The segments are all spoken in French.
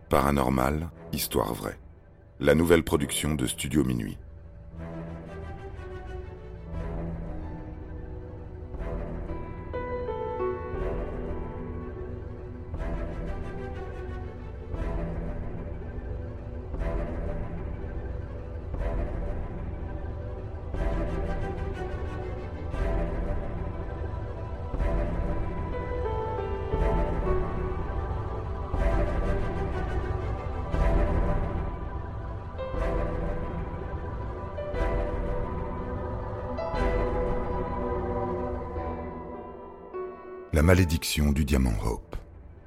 Paranormal, histoire vraie. La nouvelle production de Studio Minuit. La malédiction du diamant Hope.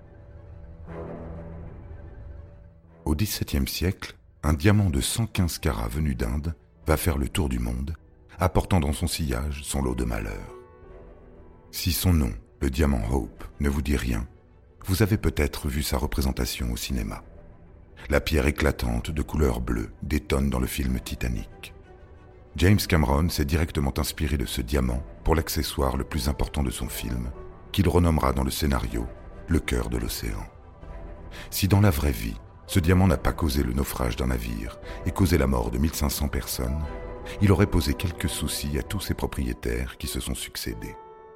Au XVIIe siècle, un diamant de 115 carats venu d'Inde va faire le tour du monde, apportant dans son sillage son lot de malheurs. Si son nom, le diamant Hope, ne vous dit rien, vous avez peut-être vu sa représentation au cinéma. La pierre éclatante de couleur bleue détonne dans le film Titanic. James Cameron s'est directement inspiré de ce diamant pour l'accessoire le plus important de son film, qu'il renommera dans le scénario « Le cœur de l'océan ». Si dans la vraie vie, ce diamant n'a pas causé le naufrage d'un navire et causé la mort de 1500 personnes, il aurait posé quelques soucis à tous ses propriétaires qui se sont succédés.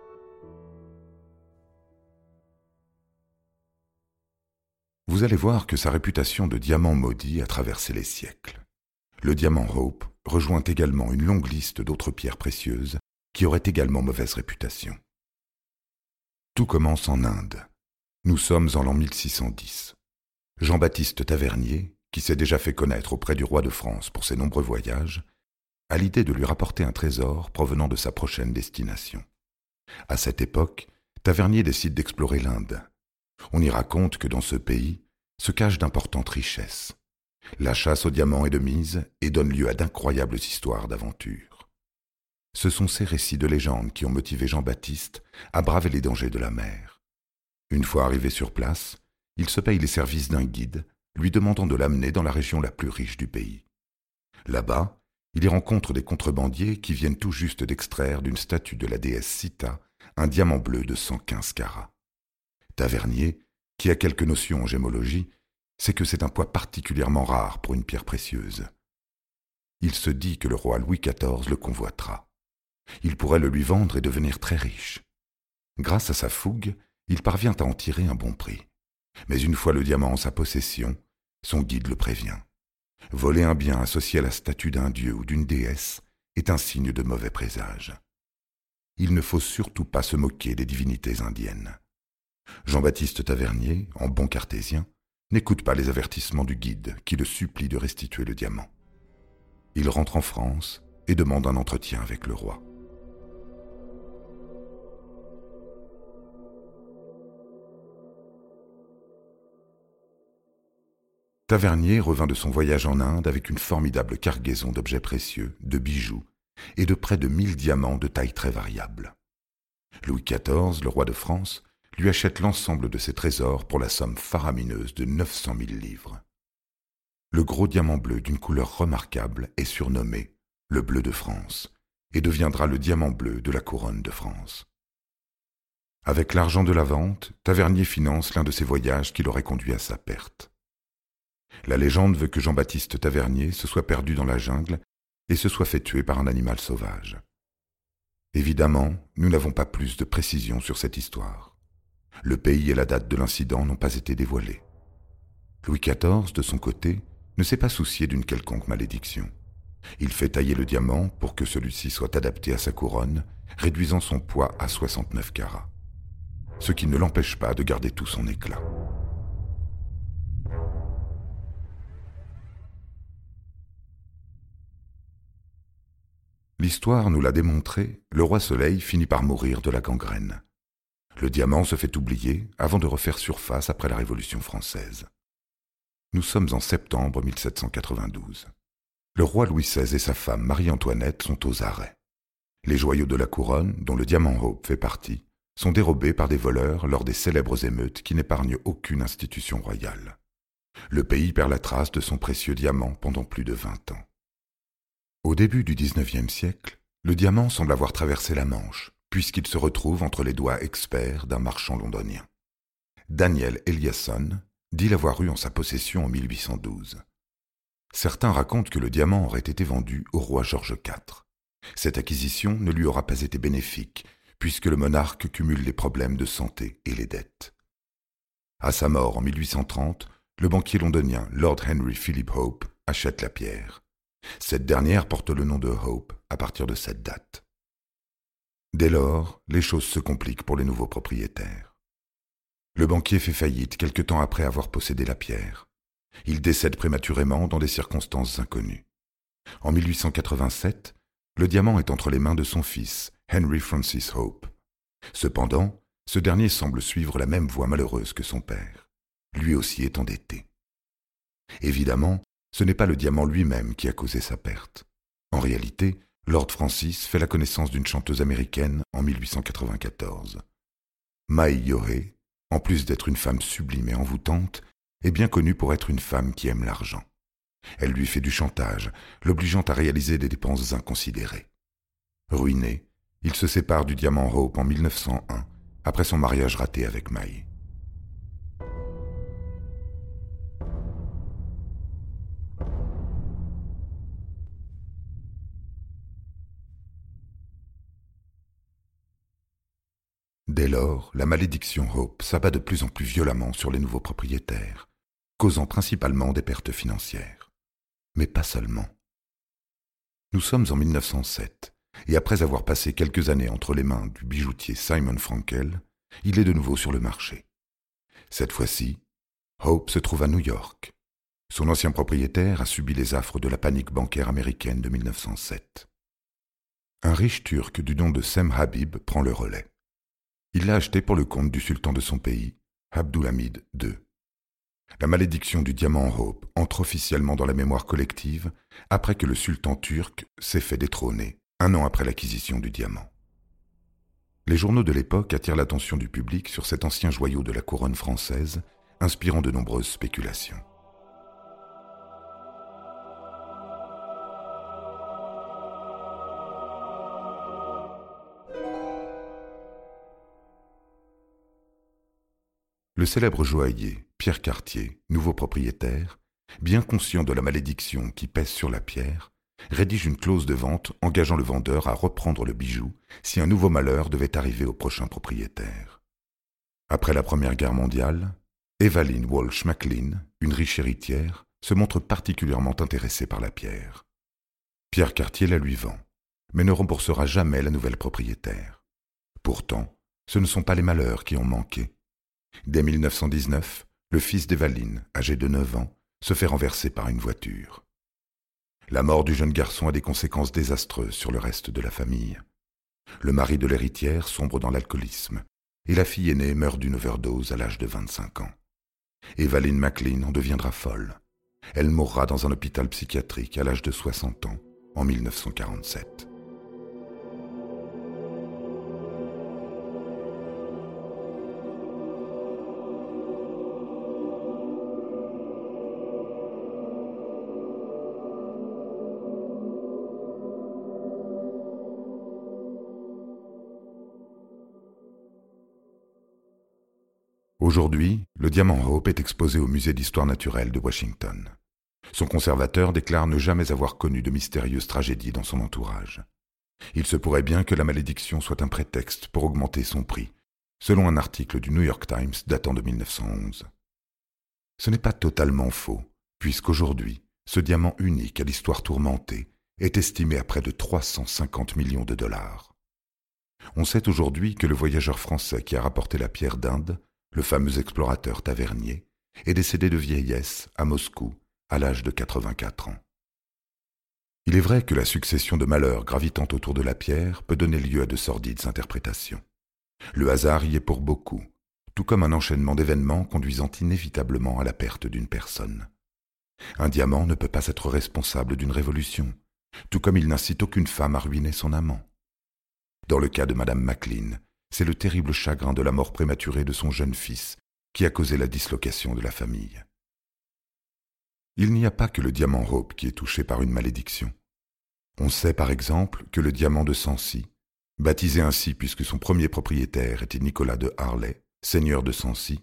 Vous allez voir que sa réputation de diamant maudit a traversé les siècles. Le diamant Hope rejoint également une longue liste d'autres pierres précieuses qui auraient également mauvaise réputation. Tout commence en Inde. Nous sommes en l'an 1610. Jean-Baptiste Tavernier, qui s'est déjà fait connaître auprès du roi de France pour ses nombreux voyages, a l'idée de lui rapporter un trésor provenant de sa prochaine destination. À cette époque, Tavernier décide d'explorer l'Inde. On y raconte que dans ce pays se cachent d'importantes richesses. La chasse aux diamants est de mise et donne lieu à d'incroyables histoires d'aventures. Ce sont ces récits de légende qui ont motivé Jean-Baptiste à braver les dangers de la mer. Une fois arrivé sur place, il se paye les services d'un guide, lui demandant de l'amener dans la région la plus riche du pays. Là-bas, il y rencontre des contrebandiers qui viennent tout juste d'extraire d'une statue de la déesse Sita un diamant bleu de 115 carats. Tavernier, qui a quelques notions en gémologie, sait que c'est un poids particulièrement rare pour une pierre précieuse. Il se dit que le roi Louis XIV le convoitera. Il pourrait le lui vendre et devenir très riche. Grâce à sa fougue, il parvient à en tirer un bon prix. Mais une fois le diamant en sa possession, son guide le prévient. Voler un bien associé à la statue d'un dieu ou d'une déesse est un signe de mauvais présage. Il ne faut surtout pas se moquer des divinités indiennes. Jean-Baptiste Tavernier, en bon cartésien, n'écoute pas les avertissements du guide qui le supplie de restituer le diamant. Il rentre en France et demande un entretien avec le roi. Tavernier revint de son voyage en Inde avec une formidable cargaison d'objets précieux, de bijoux et de près de 1000 diamants de taille très variable. Louis XIV, le roi de France, lui achète l'ensemble de ses trésors pour la somme faramineuse de 900 000 livres. Le gros diamant bleu d'une couleur remarquable est surnommé le bleu de France et deviendra le diamant bleu de la couronne de France. Avec l'argent de la vente, Tavernier finance l'un de ses voyages qui l'aurait conduit à sa perte. La légende veut que Jean-Baptiste Tavernier se soit perdu dans la jungle et se soit fait tuer par un animal sauvage. Évidemment, nous n'avons pas plus de précisions sur cette histoire. Le pays et la date de l'incident n'ont pas été dévoilés. Louis XIV, de son côté, ne s'est pas soucié d'une quelconque malédiction. Il fait tailler le diamant pour que celui-ci soit adapté à sa couronne, réduisant son poids à 69 carats. Ce qui ne l'empêche pas de garder tout son éclat. L'histoire nous l'a démontré, le roi Soleil finit par mourir de la gangrène. Le diamant se fait oublier avant de refaire surface après la Révolution française. Nous sommes en septembre 1792. Le roi Louis XVI et sa femme Marie-Antoinette sont aux arrêts. Les joyaux de la couronne, dont le diamant Hope fait partie, sont dérobés par des voleurs lors des célèbres émeutes qui n'épargnent aucune institution royale. Le pays perd la trace de son précieux diamant pendant plus de 20 ans. Au début du XIXe siècle, le diamant semble avoir traversé la Manche, puisqu'il se retrouve entre les doigts experts d'un marchand londonien. Daniel Eliasson, dit l'avoir eu en sa possession en 1812. Certains racontent que le diamant aurait été vendu au roi George IV. Cette acquisition ne lui aura pas été bénéfique, puisque le monarque cumule les problèmes de santé et les dettes. À sa mort en 1830, le banquier londonien Lord Henry Philip Hope achète la pierre. Cette dernière porte le nom de Hope à partir de cette date. Dès lors, les choses se compliquent pour les nouveaux propriétaires. Le banquier fait faillite quelque temps après avoir possédé la pierre. Il décède prématurément dans des circonstances inconnues. En 1887, le diamant est entre les mains de son fils, Henry Francis Hope. Cependant, ce dernier semble suivre la même voie malheureuse que son père. Lui aussi est endetté. Évidemment, ce n'est pas le diamant lui-même qui a causé sa perte. En réalité, Lord Francis fait la connaissance d'une chanteuse américaine en 1894. Mai Yohe, en plus d'être une femme sublime et envoûtante, est bien connue pour être une femme qui aime l'argent. Elle lui fait du chantage, l'obligeant à réaliser des dépenses inconsidérées. Ruiné, il se sépare du diamant Hope en 1901, après son mariage raté avec Mai. Dès lors, la malédiction Hope s'abat de plus en plus violemment sur les nouveaux propriétaires, causant principalement des pertes financières. Mais pas seulement. Nous sommes en 1907, et après avoir passé quelques années entre les mains du bijoutier Simon Frankel, il est de nouveau sur le marché. Cette fois-ci, Hope se trouve à New York. Son ancien propriétaire a subi les affres de la panique bancaire américaine de 1907. Un riche Turc du nom de Sem Habib prend le relais. Il l'a acheté pour le compte du sultan de son pays, Abdulhamid II. La malédiction du diamant Hope entre officiellement dans la mémoire collective après que le sultan turc s'est fait détrôner, un an après l'acquisition du diamant. Les journaux de l'époque attirent l'attention du public sur cet ancien joyau de la couronne française, inspirant de nombreuses spéculations. Le célèbre joaillier Pierre Cartier, nouveau propriétaire, bien conscient de la malédiction qui pèse sur la pierre, rédige une clause de vente engageant le vendeur à reprendre le bijou si un nouveau malheur devait arriver au prochain propriétaire. Après la Première Guerre mondiale, Evaline Walsh Maclean, une riche héritière, se montre particulièrement intéressée par la pierre. Pierre Cartier la lui vend, mais ne remboursera jamais la nouvelle propriétaire. Pourtant, ce ne sont pas les malheurs qui ont manqué. Dès 1919, le fils d'Evaline, âgé de 9 ans, se fait renverser par une voiture. La mort du jeune garçon a des conséquences désastreuses sur le reste de la famille. Le mari de l'héritière sombre dans l'alcoolisme et la fille aînée meurt d'une overdose à l'âge de 25 ans. Evaline Maclean en deviendra folle. Elle mourra dans un hôpital psychiatrique à l'âge de 60 ans en 1947. Aujourd'hui, le diamant Hope est exposé au musée d'histoire naturelle de Washington. Son conservateur déclare ne jamais avoir connu de mystérieuses tragédies dans son entourage. Il se pourrait bien que la malédiction soit un prétexte pour augmenter son prix, selon un article du New York Times datant de 1911. Ce n'est pas totalement faux, puisqu'aujourd'hui, ce diamant unique à l'histoire tourmentée est estimé à près de 350 millions de dollars. On sait aujourd'hui que le voyageur français qui a rapporté la pierre d'Inde, le fameux explorateur Tavernier, est décédé de vieillesse à Moscou à l'âge de 84 ans. Il est vrai que la succession de malheurs gravitant autour de la pierre peut donner lieu à de sordides interprétations. Le hasard y est pour beaucoup, tout comme un enchaînement d'événements conduisant inévitablement à la perte d'une personne. Un diamant ne peut pas être responsable d'une révolution, tout comme il n'incite aucune femme à ruiner son amant. Dans le cas de Madame Maclean, c'est le terrible chagrin de la mort prématurée de son jeune fils qui a causé la dislocation de la famille. Il n'y a pas que le diamant Hope qui est touché par une malédiction. On sait par exemple que le diamant de Sancy, baptisé ainsi puisque son premier propriétaire était Nicolas de Harlay, seigneur de Sancy,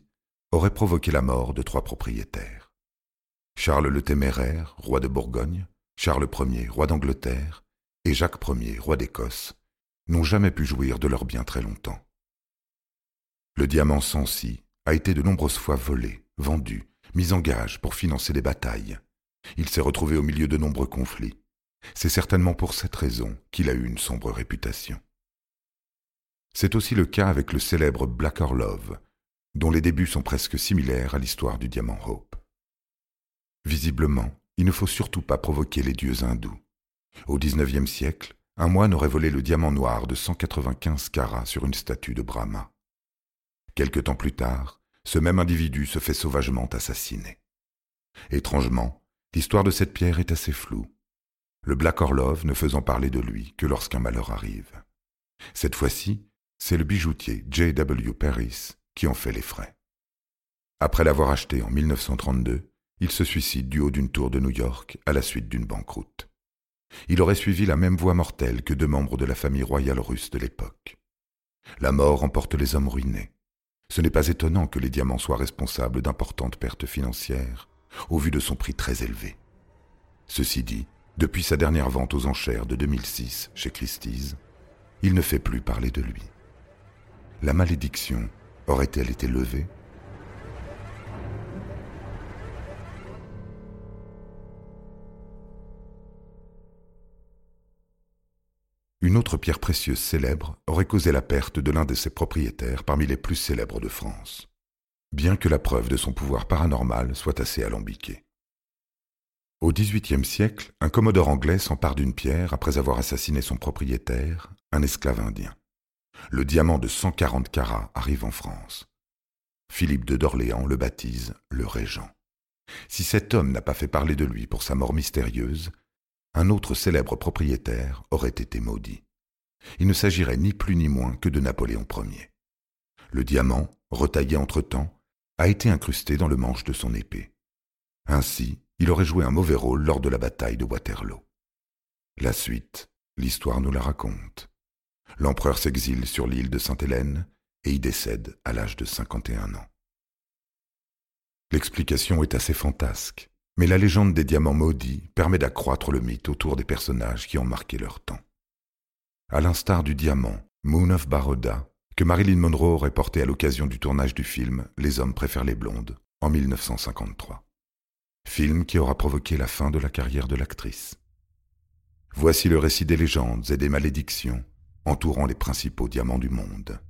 aurait provoqué la mort de 3 propriétaires. Charles le Téméraire, roi de Bourgogne, Charles Ier, roi d'Angleterre, et Jacques Ier, roi d'Écosse, n'ont jamais pu jouir de leurs biens très longtemps. Le diamant Sancy a été de nombreuses fois volé, vendu, mis en gage pour financer des batailles. Il s'est retrouvé au milieu de nombreux conflits. C'est certainement pour cette raison qu'il a eu une sombre réputation. C'est aussi le cas avec le célèbre Black Orlov, dont les débuts sont presque similaires à l'histoire du diamant Hope. Visiblement, il ne faut surtout pas provoquer les dieux hindous. Au XIXe siècle, un moine aurait volé le diamant noir de 195 carats sur une statue de Brahma. Quelque temps plus tard, ce même individu se fait sauvagement assassiner. Étrangement, l'histoire de cette pierre est assez floue, le Black Orlov ne faisant parler de lui que lorsqu'un malheur arrive. Cette fois-ci, c'est le bijoutier J.W. Paris qui en fait les frais. Après l'avoir acheté en 1932, il se suicide du haut d'une tour de New York à la suite d'une banqueroute. Il aurait suivi la même voie mortelle que 2 membres de la famille royale russe de l'époque. La mort emporte les hommes ruinés. Ce n'est pas étonnant que les diamants soient responsables d'importantes pertes financières, au vu de son prix très élevé. Ceci dit, depuis sa dernière vente aux enchères de 2006 chez Christie's, il ne fait plus parler de lui. La malédiction aurait-elle été levée ? Une autre pierre précieuse célèbre aurait causé la perte de l'un de ses propriétaires parmi les plus célèbres de France, bien que la preuve de son pouvoir paranormal soit assez alambiquée. Au XVIIIe siècle, un commodore anglais s'empare d'une pierre après avoir assassiné son propriétaire, un esclave indien. Le diamant de 140 carats arrive en France. Philippe II d'Orléans le baptise le Régent. Si cet homme n'a pas fait parler de lui pour sa mort mystérieuse, un autre célèbre propriétaire aurait été maudit. Il ne s'agirait ni plus ni moins que de Napoléon Ier. Le diamant, retaillé entre-temps, a été incrusté dans le manche de son épée. Ainsi, il aurait joué un mauvais rôle lors de la bataille de Waterloo. La suite, l'histoire nous la raconte. L'empereur s'exile sur l'île de Sainte-Hélène et y décède à l'âge de 51 ans. L'explication est assez fantasque, mais la légende des diamants maudits permet d'accroître le mythe autour des personnages qui ont marqué leur temps. À l'instar du diamant Moon of Baroda, que Marilyn Monroe aurait porté à l'occasion du tournage du film « Les hommes préfèrent les blondes » en 1953. Film qui aura provoqué la fin de la carrière de l'actrice. Voici le récit des légendes et des malédictions entourant les principaux diamants du monde.